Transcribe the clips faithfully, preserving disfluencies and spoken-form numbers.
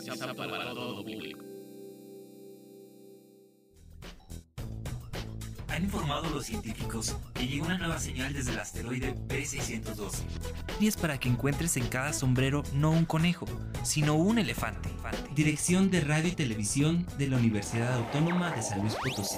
es apto para todo público. Han informado los científicos que llegó una nueva señal desde el asteroide B seiscientos doce. Y es para que encuentres en cada sombrero no un conejo, sino un elefante. Dirección de Radio y Televisión de la Universidad Autónoma de San Luis Potosí.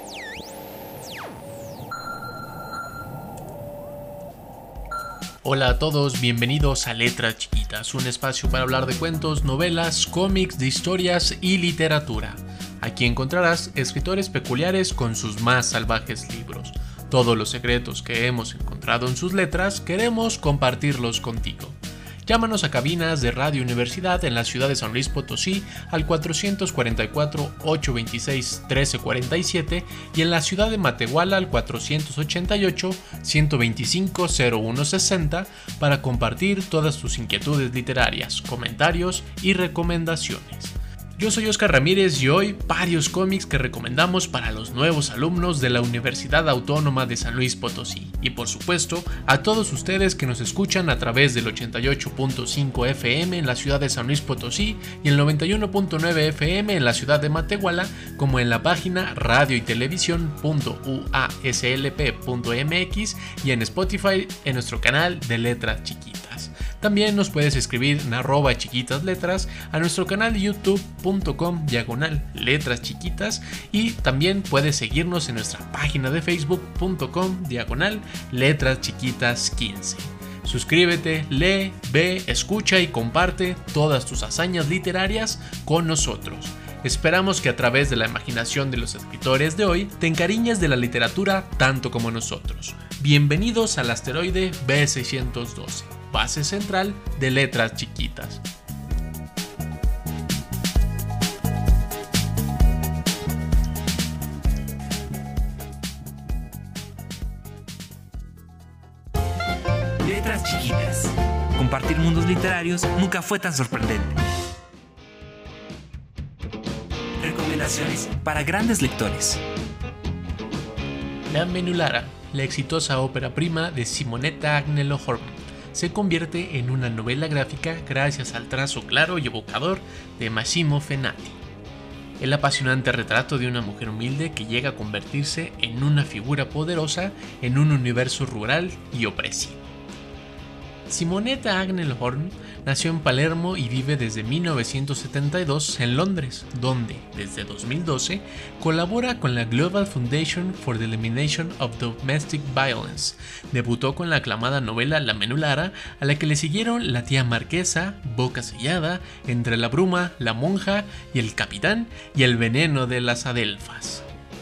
Hola a todos, bienvenidos a Letras Chiquitas, un espacio para hablar de cuentos, novelas, cómics, de historias y literatura. Aquí encontrarás escritores peculiares con sus más salvajes libros. Todos los secretos que hemos encontrado en sus letras queremos compartirlos contigo. Llámanos a cabinas de Radio Universidad en la ciudad de San Luis Potosí al cuatro cuatro cuatro, ocho dos seis, uno tres cuatro siete y en la ciudad de Matehuala al cuatro ocho ocho, uno dos cinco, cero uno seis cero para compartir todas tus inquietudes literarias, comentarios y recomendaciones. Yo soy Oscar Ramírez y hoy varios cómics que recomendamos para los nuevos alumnos de la Universidad Autónoma de San Luis Potosí y por supuesto a todos ustedes que nos escuchan a través del ochenta y ocho punto cinco F M en la ciudad de San Luis Potosí y el noventa y uno punto nueve F M en la ciudad de Matehuala, como en la página radio y televisión punto u a s l p punto m x y en Spotify en nuestro canal de Letras Chiquitas. También nos puedes escribir en arroba chiquitas letras a nuestro canal de youtube punto com diagonal letras chiquitas y también puedes seguirnos en nuestra página de facebook punto com diagonal letras chiquitas quince. Suscríbete, lee, ve, escucha y comparte todas tus hazañas literarias con nosotros. Esperamos que a través de la imaginación de los escritores de hoy te encariñes de la literatura tanto como nosotros. Bienvenidos al asteroide B seiscientos doce. Base central de Letras Chiquitas. Letras Chiquitas. Compartir mundos literarios nunca fue tan sorprendente. Recomendaciones para grandes lectores. La Menulara, la exitosa ópera prima de Simonetta Agnello Horn, se convierte en una novela gráfica gracias al trazo claro y evocador de Massimo Fenati. El apasionante retrato de una mujer humilde que llega a convertirse en una figura poderosa en un universo rural y opresivo. Simonetta Agnello Horn nació en Palermo y vive desde mil novecientos setenta y dos en Londres, donde, desde dos mil doce, colabora con la Global Foundation for the Elimination of Domestic Violence. Debutó con la aclamada novela La Menulara, a la que le siguieron La tía marquesa, Boca sellada, Entre la bruma, La monja y el capitán y El veneno de las adelfas.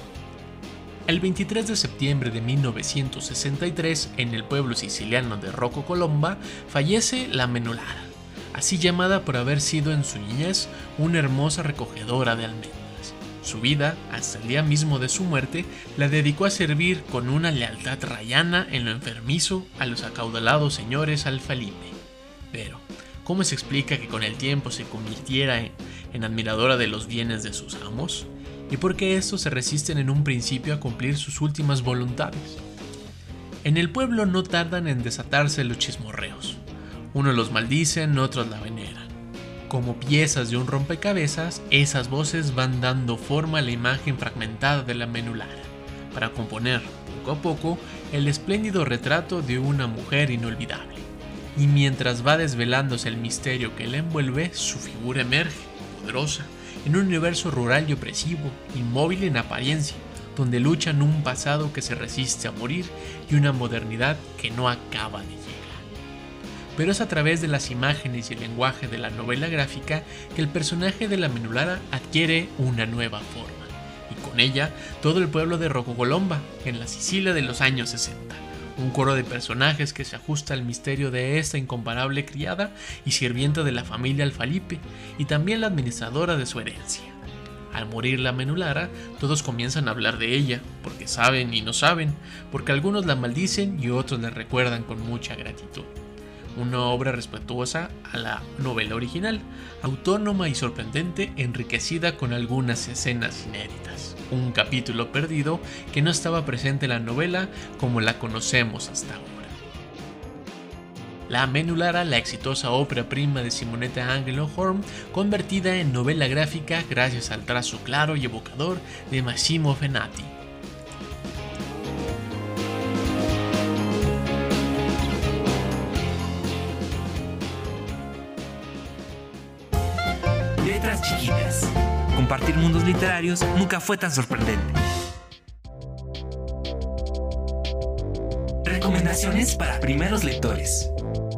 El veintitrés de septiembre de mil novecientos sesenta y tres, en el pueblo siciliano de Roccocolomba, fallece la Menulara, así llamada por haber sido en su niñez una hermosa recogedora de almendras. Su vida, hasta el día mismo de su muerte, la dedicó a servir con una lealtad rayana en lo enfermizo a los acaudalados señores alfalipe. Pero, ¿cómo se explica que con el tiempo se convirtiera en, en admiradora de los bienes de sus amos? ¿Y por qué estos se resisten en un principio a cumplir sus últimas voluntades? En el pueblo no tardan en desatarse los chismorreos. Unos los maldicen, otros la veneran. Como piezas de un rompecabezas, esas voces van dando forma a la imagen fragmentada de la Menulara, para componer, poco a poco, el espléndido retrato de una mujer inolvidable. Y mientras va desvelándose el misterio que la envuelve, su figura emerge, poderosa, en un universo rural y opresivo, inmóvil en apariencia, donde luchan un pasado que se resiste a morir y una modernidad que no acaba de llegar. Pero es a través de las imágenes y el lenguaje de la novela gráfica que el personaje de la Menulara adquiere una nueva forma, y con ella todo el pueblo de Roccocolomba, en la Sicilia de los años sesenta. Un coro de personajes que se ajusta al misterio de esta incomparable criada y sirvienta de la familia Alfalipe, y también la administradora de su herencia. Al morir la Menulara, todos comienzan a hablar de ella, porque saben y no saben, porque algunos la maldicen y otros la recuerdan con mucha gratitud. Una obra respetuosa a la novela original, autónoma y sorprendente, enriquecida con algunas escenas inéditas. Un capítulo perdido que no estaba presente en la novela como la conocemos hasta ahora. La Menulara, la exitosa ópera prima de Simonetta Angelo Horn, convertida en novela gráfica gracias al trazo claro y evocador de Massimo Fenati. Letras chiquitas. Compartir mundos literarios nunca fue tan sorprendente. Recomendaciones para primeros lectores.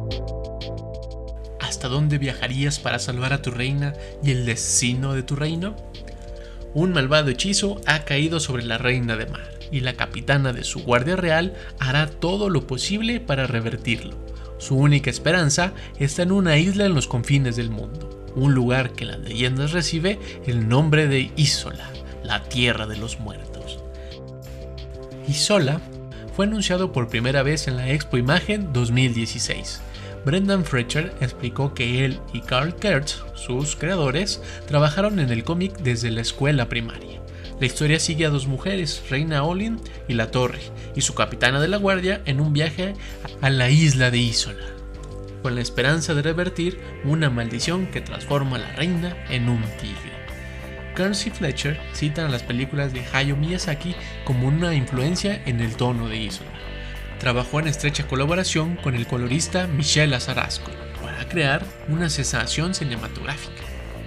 ¿Hasta dónde viajarías para salvar a tu reina y el destino de tu reino? Un malvado hechizo ha caído sobre la reina de mar, y la capitana de su guardia real hará todo lo posible para revertirlo. Su única esperanza está en una isla en los confines del mundo, un lugar que en las leyendas recibe el nombre de Isola, la tierra de los muertos. Isola fue anunciado por primera vez en la Expo Imagen dos mil dieciséis. Brendan Fletcher explicó que él y Carl Kurtz, sus creadores, trabajaron en el cómic desde la escuela primaria. La historia sigue a dos mujeres, Reina Olin y La Torre, y su capitana de la guardia en un viaje a la isla de Isola, con la esperanza de revertir una maldición que transforma a la reina en un tigre. Kurtz y Fletcher citan a las películas de Hayao Miyazaki como una influencia en el tono de Isola. Trabajó en estrecha colaboración con el colorista Michel Azarasco para crear una sensación cinematográfica.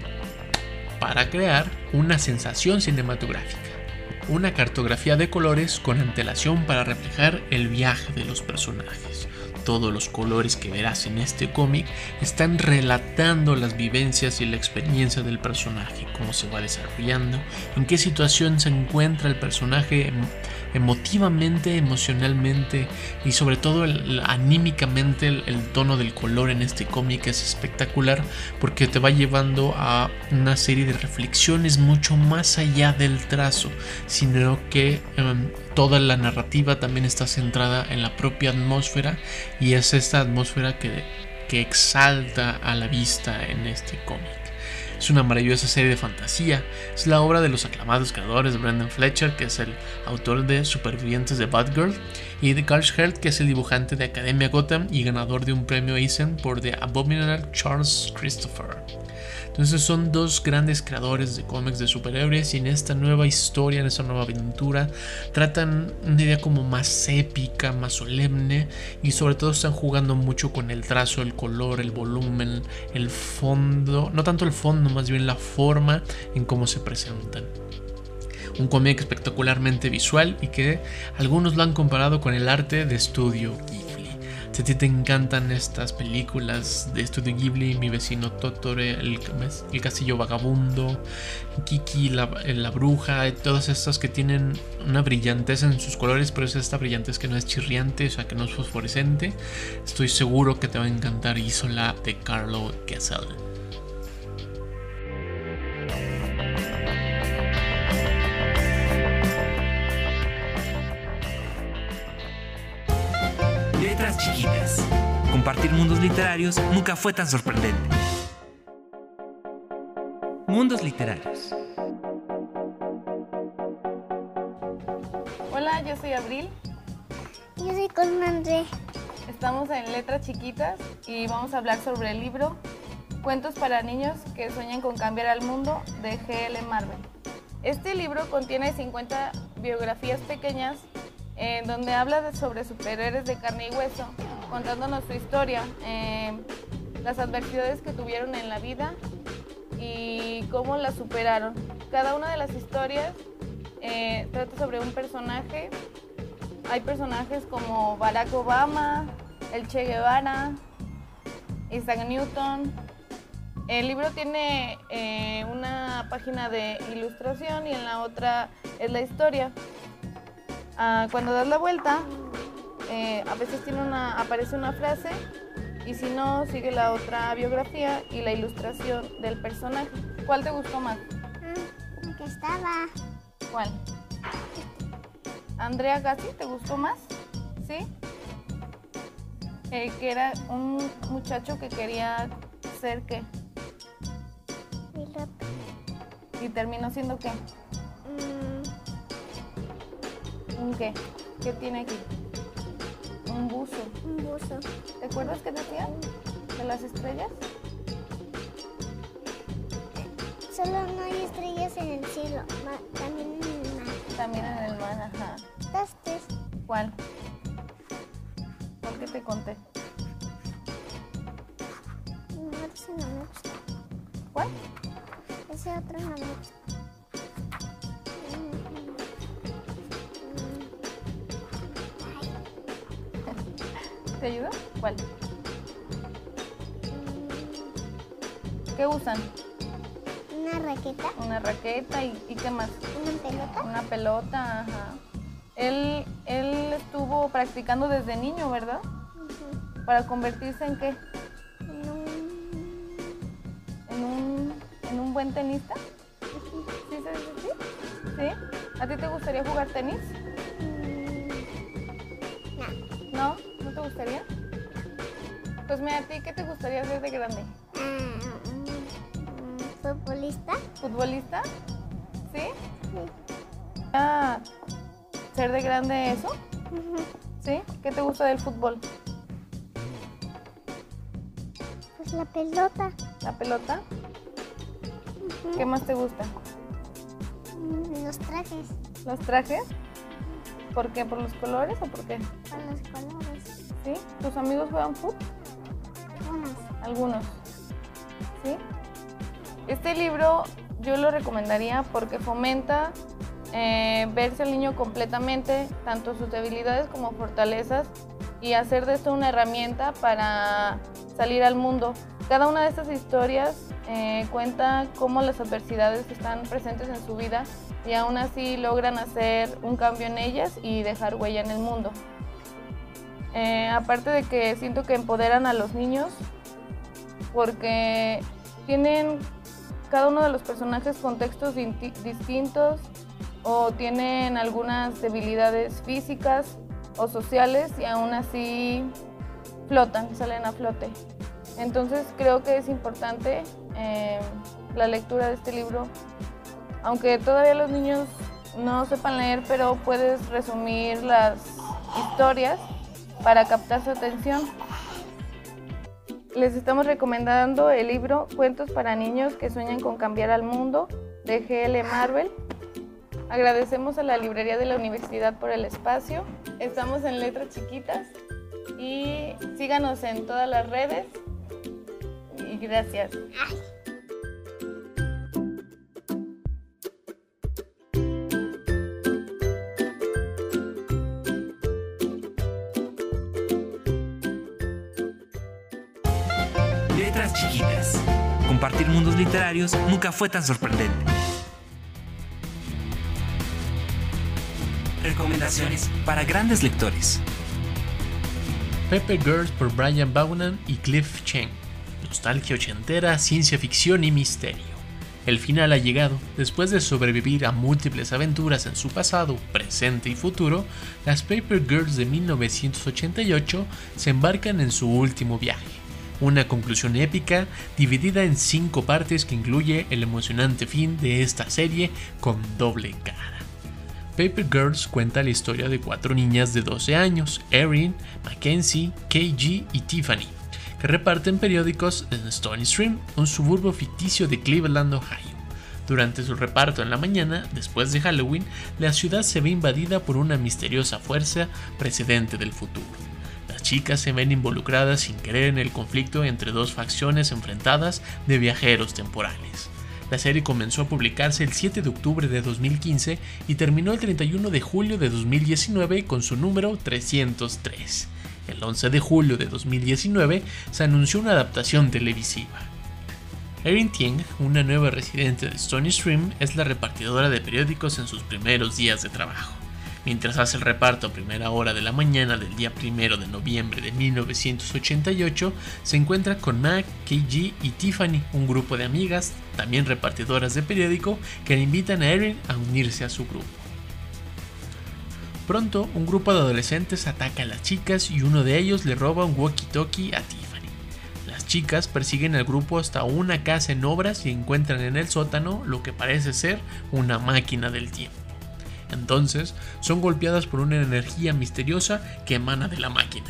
Para crear una sensación cinematográfica. Una cartografía de colores con antelación para reflejar el viaje de los personajes. Todos los colores que verás en este cómic están relatando las vivencias y la experiencia del personaje, cómo se va desarrollando, en qué situación se encuentra el personaje emotivamente, emocionalmente y sobre todo el, anímicamente. El, el tono del color en este cómic es espectacular porque te va llevando a una serie de reflexiones mucho más allá del trazo, sino que um, toda la narrativa también está centrada en la propia atmósfera, y es esta atmósfera que, que exalta a la vista en este cómic. Es una maravillosa serie de fantasía. Es la obra de los aclamados creadores Brendan Fletcher, que es el autor de Supervivientes de Batgirl, y de Carl Hertz, que es el dibujante de Academia Gotham y ganador de un premio Eisner por The Abominable Charles Christopher. Entonces son dos grandes creadores de cómics de superhéroes, y en esta nueva historia, en esta nueva aventura, tratan una idea como más épica, más solemne, y sobre todo están jugando mucho con el trazo, el color, el volumen, el fondo, no tanto el fondo, más bien la forma en cómo se presentan. Un cómic espectacularmente visual y que algunos lo han comparado con el arte de Estudio Ghibli. Si a ti te encantan estas películas de Estudio Ghibli, Mi vecino Totoro, el, el castillo vagabundo, Kiki, la, la bruja, todas estas que tienen una brillantez en sus colores, pero es esta brillantez que no es chirriante, o sea que no es fosforescente, estoy seguro que te va a encantar Isola de Carlo Kessel. Letras chiquitas. Compartir mundos literarios nunca fue tan sorprendente. Mundos literarios. Hola, yo soy Abril. Yo soy Colmandre. Estamos en Letras Chiquitas y vamos a hablar sobre el libro Cuentos para niños que sueñan con cambiar al mundo de G L Marvel. Este libro contiene cincuenta biografías pequeñas en donde habla de, sobre superhéroes de carne y hueso, contándonos su historia, eh, las adversidades que tuvieron en la vida y cómo las superaron. Cada una de las historias eh, trata sobre un personaje. Hay personajes como Barack Obama, el Che Guevara, Isaac Newton. El libro tiene eh, una página de ilustración y en la otra es la historia. Uh, cuando das la vuelta, eh, a veces tiene una, aparece una frase, y si no, sigue la otra biografía y la ilustración del personaje. ¿Cuál te gustó más? Mm, el que estaba. ¿Cuál? ¿Andrea Gassi te gustó más? ¿Sí? Eh, que era un muchacho que quería ser ¿qué? Piloto. ¿Y terminó siendo qué? Mm, ¿Un qué? ¿Qué tiene aquí? Un Un buzo. Un buzo. ¿Te acuerdas qué decía? ¿De las estrellas? Solo no hay estrellas en el cielo, ma- también en el mar. También en el mar, ajá. Estas tres. ¿Cuál? ¿Por qué te conté? No, ese no me gusta. ¿Cuál? Ese otro no me gusta. ¿Te ayudo? ¿Cuál? ¿Qué usan? Una raqueta, Una raqueta y, ¿y qué más? una pelota. Una pelota, ajá. Él, él estuvo practicando desde niño, ¿verdad? Ujú. ¿Para convertirse en qué? En un... ¿En un, en un buen tenista? ¿Sí se dice así? ¿Sí? ¿A ti te gustaría jugar tenis? Mm, no. ¿No? ¿No te gustaría? Pues mira, ¿a ti qué te gustaría ser de grande? Ah, mm, mm, futbolista. ¿Futbolista? ¿Sí? Sí. Ah, ¿ser de grande eso? Ujú. ¿Sí? ¿Qué te gusta del fútbol? Pues la pelota. ¿La pelota? Ujú. ¿Qué más te gusta? Mm, Los trajes. ¿Los trajes? ¿Por qué? ¿Por los colores o por qué? Con los colores. ¿Sí? ¿Tus amigos juegan fútbol? Unas. Algunos. ¿Sí? Este libro yo lo recomendaría porque fomenta eh, verse al niño completamente, tanto sus debilidades como fortalezas, y hacer de esto una herramienta para salir al mundo. Cada una de estas historias eh, cuenta cómo las adversidades están presentes en su vida y aún así logran hacer un cambio en ellas y dejar huella en el mundo. Eh, aparte de que siento que empoderan a los niños porque tienen cada uno de los personajes contextos dinti- distintos o tienen algunas debilidades físicas o sociales y aún así flotan, salen a flote. Entonces creo que es importante eh, la lectura de este libro, aunque todavía los niños no sepan leer, pero puedes resumir las historias para captar su atención. Les estamos recomendando el libro Cuentos para niños que sueñan con cambiar al mundo de G L Marvel. Agradecemos a la librería de la universidad por el espacio. Estamos en Letras Chiquitas y síganos en todas las redes y gracias. Letras Chiquitas. Compartir mundos literarios nunca fue tan sorprendente. Recomendaciones para grandes lectores. Pepper Girls por Brian Vaughan y Cliff Cheng. Nostalgia ochentera, ciencia ficción y misterio. El final ha llegado. Después de sobrevivir a múltiples aventuras en su pasado, presente y futuro, las Paper Girls de mil novecientos ochenta y ocho se embarcan en su último viaje. Una conclusión épica dividida en cinco partes que incluye el emocionante fin de esta serie con doble cara. Paper Girls cuenta la historia de cuatro niñas de doce años, Erin, Mackenzie, K G y Tiffany, que reparten periódicos en Stony Stream, un suburbio ficticio de Cleveland, Ohio. Durante su reparto en la mañana, después de Halloween, la ciudad se ve invadida por una misteriosa fuerza precedente del futuro. Las chicas se ven involucradas sin querer en el conflicto entre dos facciones enfrentadas de viajeros temporales. La serie comenzó a publicarse el siete de octubre de dos mil quince y terminó el treinta y uno de julio de dos mil diecinueve con su número trescientos tres. El once de julio de dos mil diecinueve se anunció una adaptación televisiva. Erin Tieng, una nueva residente de Stony Stream, es la repartidora de periódicos en sus primeros días de trabajo. Mientras hace el reparto a primera hora de la mañana del día primero de noviembre de mil novecientos ochenta y ocho, se encuentra con Mac, K G y Tiffany, un grupo de amigas, también repartidoras de periódico, que le invitan a Erin a unirse a su grupo. Pronto, un grupo de adolescentes ataca a las chicas y uno de ellos le roba un walkie-talkie a Tiffany. Las chicas persiguen al grupo hasta una casa en obras y encuentran en el sótano lo que parece ser una máquina del tiempo. Entonces, son golpeadas por una energía misteriosa que emana de la máquina.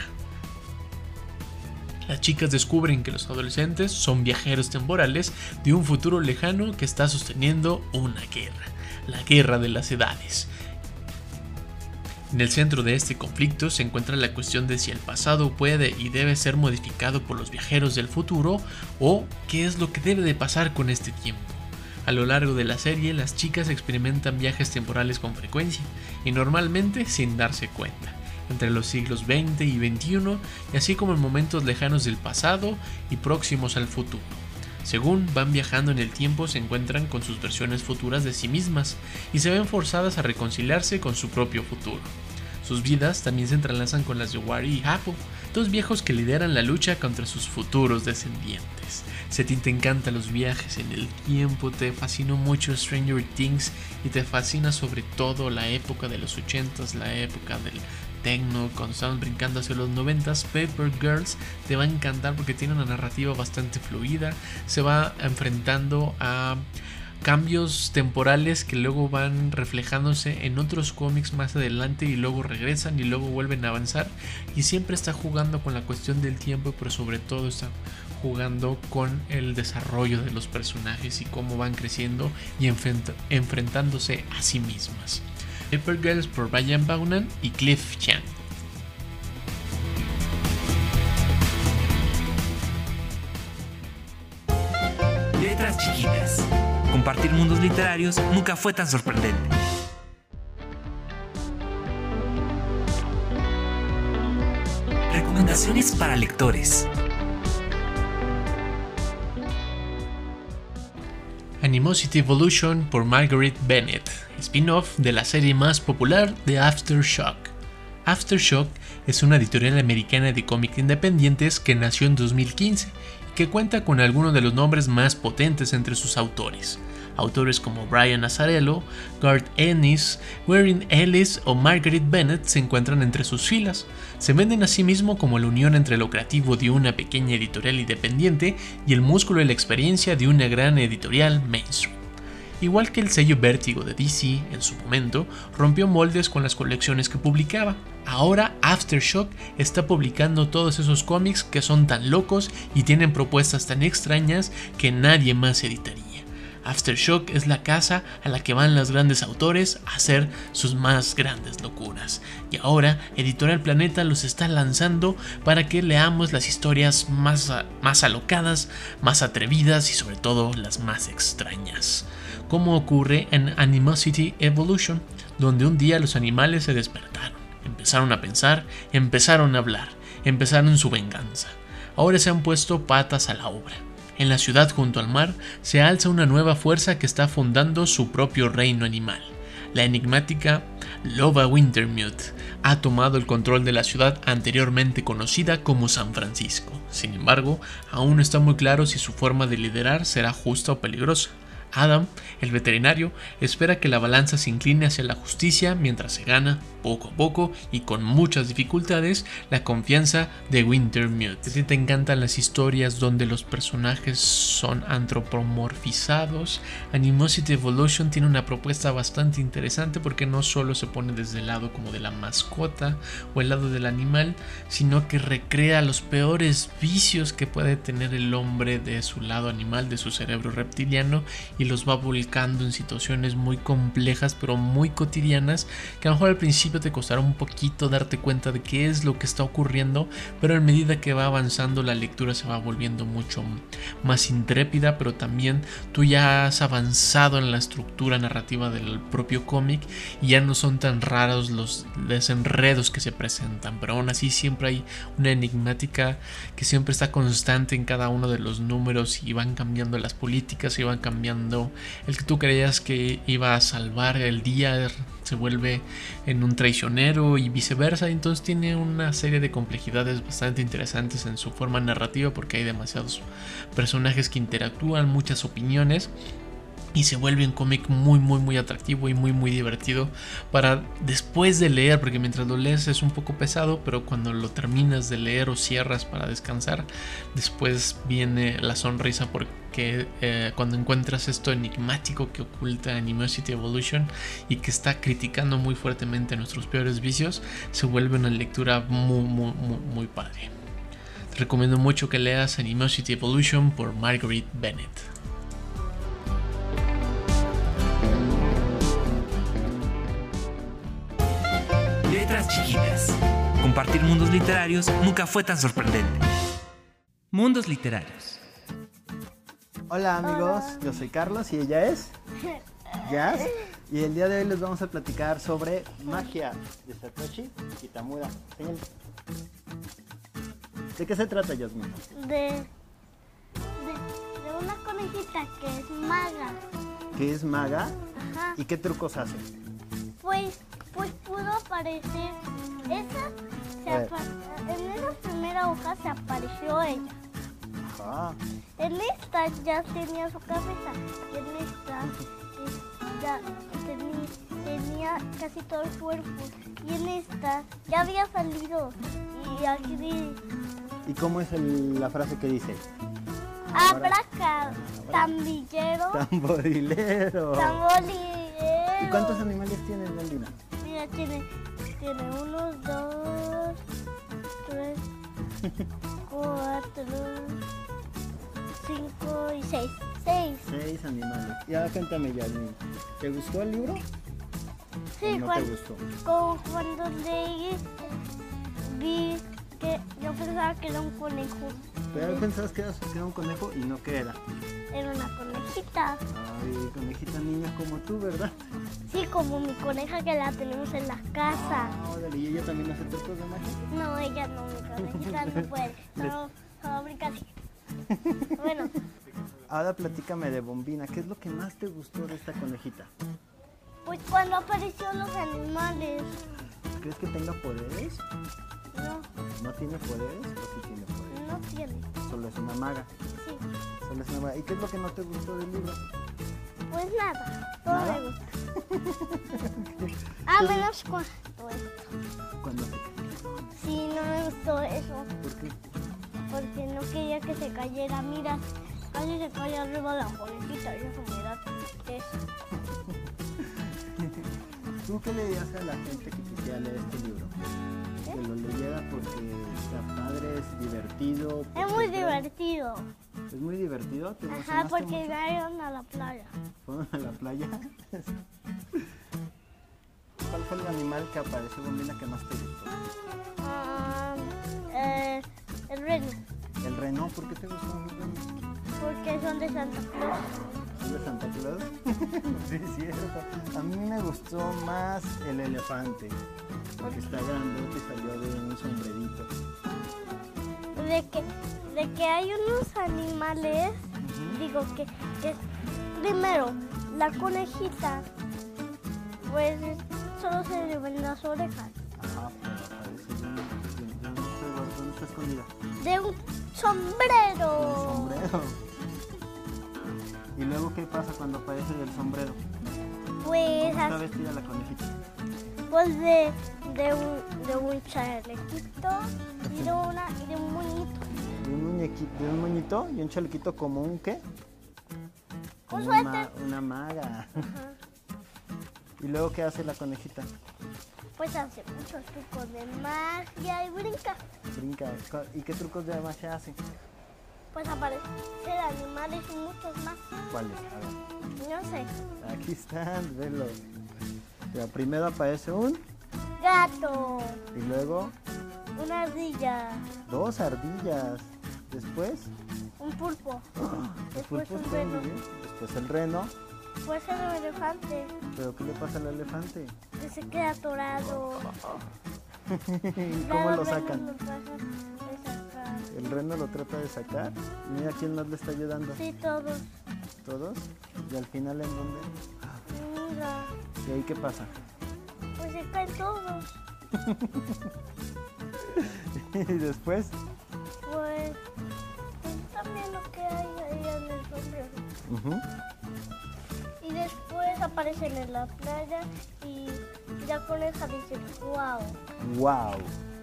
Las chicas descubren que los adolescentes son viajeros temporales de un futuro lejano que está sosteniendo una guerra, la guerra de las edades. En el centro de este conflicto se encuentra la cuestión de si el pasado puede y debe ser modificado por los viajeros del futuro o qué es lo que debe de pasar con este tiempo. A lo largo de la serie, las chicas experimentan viajes temporales con frecuencia y normalmente sin darse cuenta, entre los siglos veinte y veintiuno, y así como en momentos lejanos del pasado y próximos al futuro. Según van viajando en el tiempo, se encuentran con sus versiones futuras de sí mismas y se ven forzadas a reconciliarse con su propio futuro. Sus vidas también se entrelazan con las de Wari y Hapo, dos viejos que lideran la lucha contra sus futuros descendientes. Si a ti te encantan los viajes en el tiempo, te fascinó mucho Stranger Things y te fascina sobre todo la época de los ochentas, la época del techno, cuando estaban brincando hacia los noventas, Paper Girls te va a encantar porque tiene una narrativa bastante fluida, se va enfrentando a cambios temporales que luego van reflejándose en otros cómics más adelante y luego regresan y luego vuelven a avanzar, y siempre está jugando con la cuestión del tiempo, pero sobre todo está jugando con el desarrollo de los personajes y cómo van creciendo y enfrent- enfrentándose a sí mismas. Paper Girls por Brian Vaughan y Cliff Chiang. Letras chiquitas. Compartir mundos literarios nunca fue tan sorprendente. Recomendaciones para lectores. Animosity Evolution por Marguerite Bennett, spin-off de la serie más popular de Aftershock. Aftershock es una editorial americana de cómics independientes que nació en dos mil quince y que cuenta con algunos de los nombres más potentes entre sus autores. Autores como Brian Azzarello, Garth Ennis, Warren Ellis o Marguerite Bennett se encuentran entre sus filas. Se venden a sí mismo como la unión entre lo creativo de una pequeña editorial independiente y el músculo y la experiencia de una gran editorial mainstream. Igual que el sello Vértigo de D C en su momento, rompió moldes con las colecciones que publicaba. Ahora Aftershock está publicando todos esos cómics que son tan locos y tienen propuestas tan extrañas que nadie más editaría. Aftershock es la casa a la que van los grandes autores a hacer sus más grandes locuras. Y ahora Editorial Planeta los está lanzando para que leamos las historias más, más alocadas, más atrevidas y sobre todo las más extrañas. Como ocurre en Animosity Evolution, donde un día los animales se despertaron, empezaron a pensar, empezaron a hablar, empezaron su venganza. Ahora se han puesto patas a la obra. En la ciudad junto al mar se alza una nueva fuerza que está fundando su propio reino animal. La enigmática Loba Wintermute ha tomado el control de la ciudad anteriormente conocida como San Francisco. Sin embargo, aún no está muy claro si su forma de liderar será justa o peligrosa. Adam, el veterinario, espera que la balanza se incline hacia la justicia mientras se gana, poco a poco y con muchas dificultades, la confianza de Wintermute. Si te encantan las historias donde los personajes son antropomorfizados, Animosity Evolution tiene una propuesta bastante interesante porque no solo se pone desde el lado como de la mascota o el lado del animal, sino que recrea los peores vicios que puede tener el hombre de su lado animal, de su cerebro reptiliano, y los va volcando en situaciones muy complejas pero muy cotidianas que a lo mejor al principio te costará un poquito darte cuenta de qué es lo que está ocurriendo, pero a medida que va avanzando la lectura se va volviendo mucho más intrépida, pero también tú ya has avanzado en la estructura narrativa del propio cómic y ya no son tan raros los desenredos que se presentan, pero aún así siempre hay una enigmática que siempre está constante en cada uno de los números y van cambiando las políticas y van cambiando. El que tú creías que iba a salvar el día se vuelve en un traicionero y viceversa. Entonces tiene una serie de complejidades bastante interesantes en su forma narrativa porque hay demasiados personajes que interactúan, muchas opiniones. y se vuelve un cómic muy muy muy atractivo y muy muy divertido para después de leer, porque mientras lo lees es un poco pesado, pero cuando lo terminas de leer o cierras para descansar, después viene la sonrisa, porque eh, cuando encuentras esto enigmático que oculta Animosity Evolution y que está criticando muy fuertemente nuestros peores vicios, se vuelve una lectura muy muy muy, muy padre. Te recomiendo mucho que leas Animosity Evolution por Marguerite Bennett. Letras chiquitas. Compartir mundos literarios nunca fue tan sorprendente. Mundos literarios. Hola amigos, yo soy Carlos y ella es Jazz. Y el día de hoy les vamos a platicar sobre magia de Satoshi Kitamura. Señal. ¿De qué se trata, Yasmin? De, de, de una conejita que es maga. ¿Qué es maga? Ajá. ¿Y qué trucos hace? Pues, pues pudo aparecer. Esa se Eh. apa- en esa primera hoja se apareció ella. Ajá. En esta ya tenía su cabeza. Y en esta eh, ya teni- tenía casi todo el cuerpo. Y en esta ya había salido. Y aquí di- ¿Y cómo es el- la frase que dice? abraca, tambillero, Tamborilero. tambolillero. ¿Y cuántos animales tiene Melina? Mira, tiene, tiene uno, dos, tres, cuatro, cinco y seis. Seis. Seis animales. Y ahora cuéntame, Yasmin, ¿te gustó el libro? Sí, ¿O no te cuando, gustó? como cuando leí, vi que yo pensaba que era un conejo. Pero pensabas que era, que era un conejo y no que era. Era una conejita. Ay, conejita niña como tú, ¿verdad? Sí, como mi coneja que la tenemos en la casa. Ah, órale, ¿y ella también hace trucos de magia? No, ella no, mi conejita no puede. No, no, brinca así. Bueno, Ahora platícame de Bombina, ¿qué es lo que más te gustó de esta conejita? pues cuando aparecieron los animales. ¿Crees que tenga poderes? No, ¿No tiene poderes o sí tiene poderes? no tiene. Solo es una maga. Sí, Solo es una maga. ¿Y qué es lo que no te gustó del libro? pues nada, todo ¿Nada? me gusta. Ah, menos cuando esto. Cuando se... Sí, no me gustó eso, ¿Por qué? porque no quería que se cayera. Mira, casi se cae arriba la conejita y eso me da tristeza. ¿Tú qué le dirías a la gente que quisiera leer este libro? ¿Eh? Que lo leyera porque está padre, es divertido. Es porque muy gran- divertido. Es muy divertido. ¿Te Ajá, emocionaste porque mucho? me iban a la playa. ¿Fueron a la playa? ¿Cuál fue el animal que apareció, Bombina, que más te gustó? Ah, eh, el reno, El reno. ¿Por qué te gustó el reno? porque son de Santa Claus. ¿Es de Santa Claus? Sí, es cierto. A mí me gustó más el elefante, porque está grandote y salió de un sombrerito. De que, de que hay unos animales, digo que, que primero, la conejita, pues solo se le ven las orejas. Ajá, pero aparece de un, de un juego. ¿Dónde está escondida? De un Un sombrero. sombrero. ¿Y luego qué pasa cuando aparece del sombrero? Pues, ¿Cómo está así, vestida la conejita? pues de, de, un, de un chalequito y de, una, y de un moñito. De un muñequito, de un moñito y un chalequito como un ¿qué? Como suéter. ma- una maga. ¿Y luego qué hace la conejita? Pues hace muchos trucos de magia y brinca. Brinca. ¿Y qué trucos de magia hace? Pues aparecen animales y muchos más. ¿Cuáles? A ver. No sé. Aquí están, venlos. Ya, primero aparece un Gato, y luego una ardilla, dos ardillas. Después, un pulpo, el después pulpo un está muy reno, bien. Después el reno. después el elefante, ¿Pero qué le pasa al elefante? que se queda atorado. ¿Y Ya cómo los lo renos sacan? lo tratan de sacar. El reno lo trata de sacar. Mira quién más le está ayudando. Sí, todos. Todos. Y al final, ¿en dónde? Mira, ¿Y ahí qué pasa? pues se caen todos. Y después, Pues, pues también lo que hay ahí en el sombrero. ujú. aparecen en la playa y la coneja dice wow. Wow.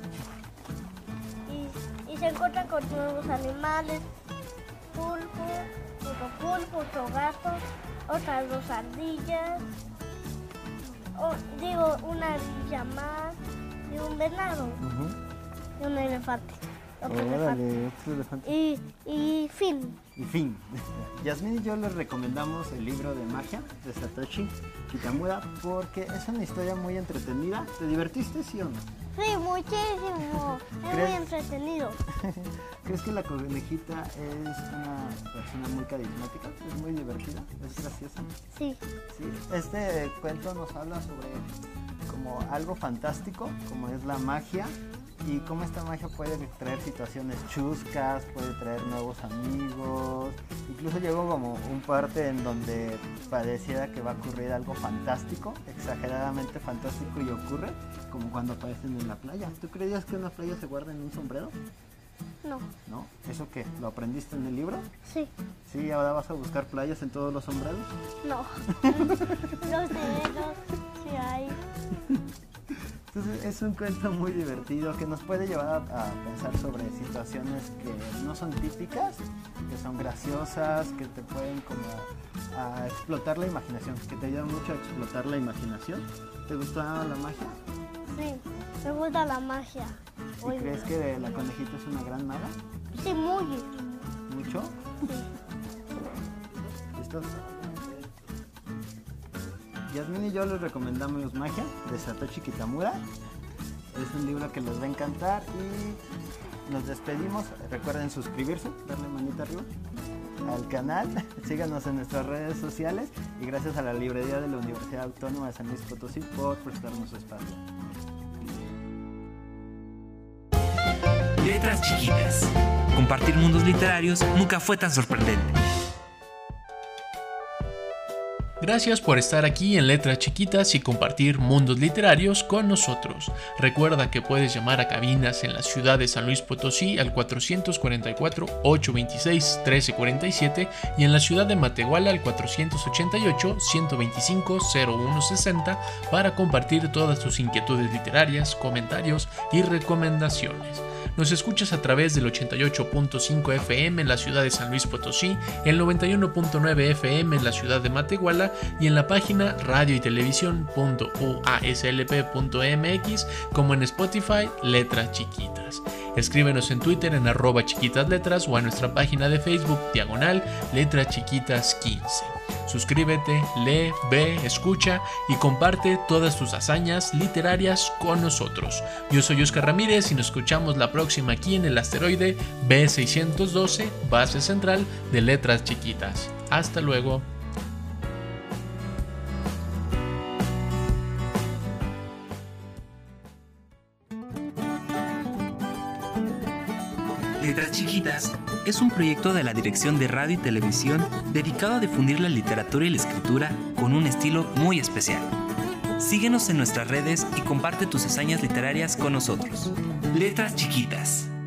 Y, y se encuentran con nuevos animales, pulpo, otro pulpo, otro gato, otras dos ardillas, o, digo una ardilla más y un venado Uh-huh. y un elefante. Otro Órale, elefante. otro elefante. Y, y fin. Y fin. Yasmín y yo les recomendamos el libro de magia de Satoshi Kitamura porque es una historia muy entretenida. ¿Te divertiste, sí o no? Sí, muchísimo. Es ¿Crees? muy entretenido. ¿Crees que la conejita es una persona muy carismática? Es muy divertida, es graciosa. Sí. Sí, este cuento nos habla sobre como algo fantástico, como es la magia, y cómo esta magia puede traer situaciones chuscas, puede traer nuevos amigos. Incluso llegó como un parte en donde pareciera que va a ocurrir algo fantástico, exageradamente fantástico, y ocurre como cuando aparecen en la playa. ¿Tú creías que una playa se guarda en un sombrero? No. ¿No? ¿Eso qué? ¿Lo aprendiste en el libro? Sí. Sí, ahora vas a buscar playas en todos los sombreros. No. Los dedos, sí hay. Entonces es un cuento muy divertido que nos puede llevar a, a pensar sobre situaciones que no son típicas, que son graciosas, que te pueden como a, a explotar la imaginación, que te ayudan mucho a explotar la imaginación. ¿Te gustó la magia? Sí, me gusta la magia. ¿Y Muy crees bien. que la conejita es una gran maga? Sí, muy. ¿Mucho? Sí. ¿Listos? Yasmín y yo les recomendamos Magia de Satoshi Kitamura. Es un libro que les va a encantar y nos despedimos. Recuerden suscribirse, darle manita arriba al canal, síganos en nuestras redes sociales y gracias a la librería de la Universidad Autónoma de San Luis Potosí por prestarnos su espacio. Letras chiquitas. Compartir mundos literarios nunca fue tan sorprendente. Gracias por estar aquí en Letras Chiquitas y compartir mundos literarios con nosotros. Recuerda que puedes llamar a cabinas en la ciudad de San Luis Potosí al cuatrocientos cuarenta y cuatro, ochocientos veintiséis, trece cuarenta y siete y en la ciudad de Matehuala al cuatrocientos ochenta y ocho, ciento veinticinco, cero uno sesenta para compartir todas tus inquietudes literarias, comentarios y recomendaciones. Nos escuchas a través del ochenta y ocho punto cinco F M en la ciudad de San Luis Potosí, el noventa y uno punto nueve F M en la ciudad de Matehuala y en la página radio y televisión punto u a s l p punto m x como en Spotify Letras Chiquitas. Escríbenos en Twitter en arroba chiquitasletras o a nuestra página de Facebook diagonal Letras Chiquitas quince. Suscríbete, lee, ve, escucha y comparte todas tus hazañas literarias con nosotros. Yo soy Oscar Ramírez y nos escuchamos la próxima aquí en el asteroide B seiscientos doce, base central de Letras Chiquitas. Hasta luego. Letras Chiquitas es un proyecto de la Dirección de Radio y Televisión dedicado a difundir la literatura y la escritura con un estilo muy especial. Síguenos en nuestras redes y comparte tus hazañas literarias con nosotros. Letras Chiquitas.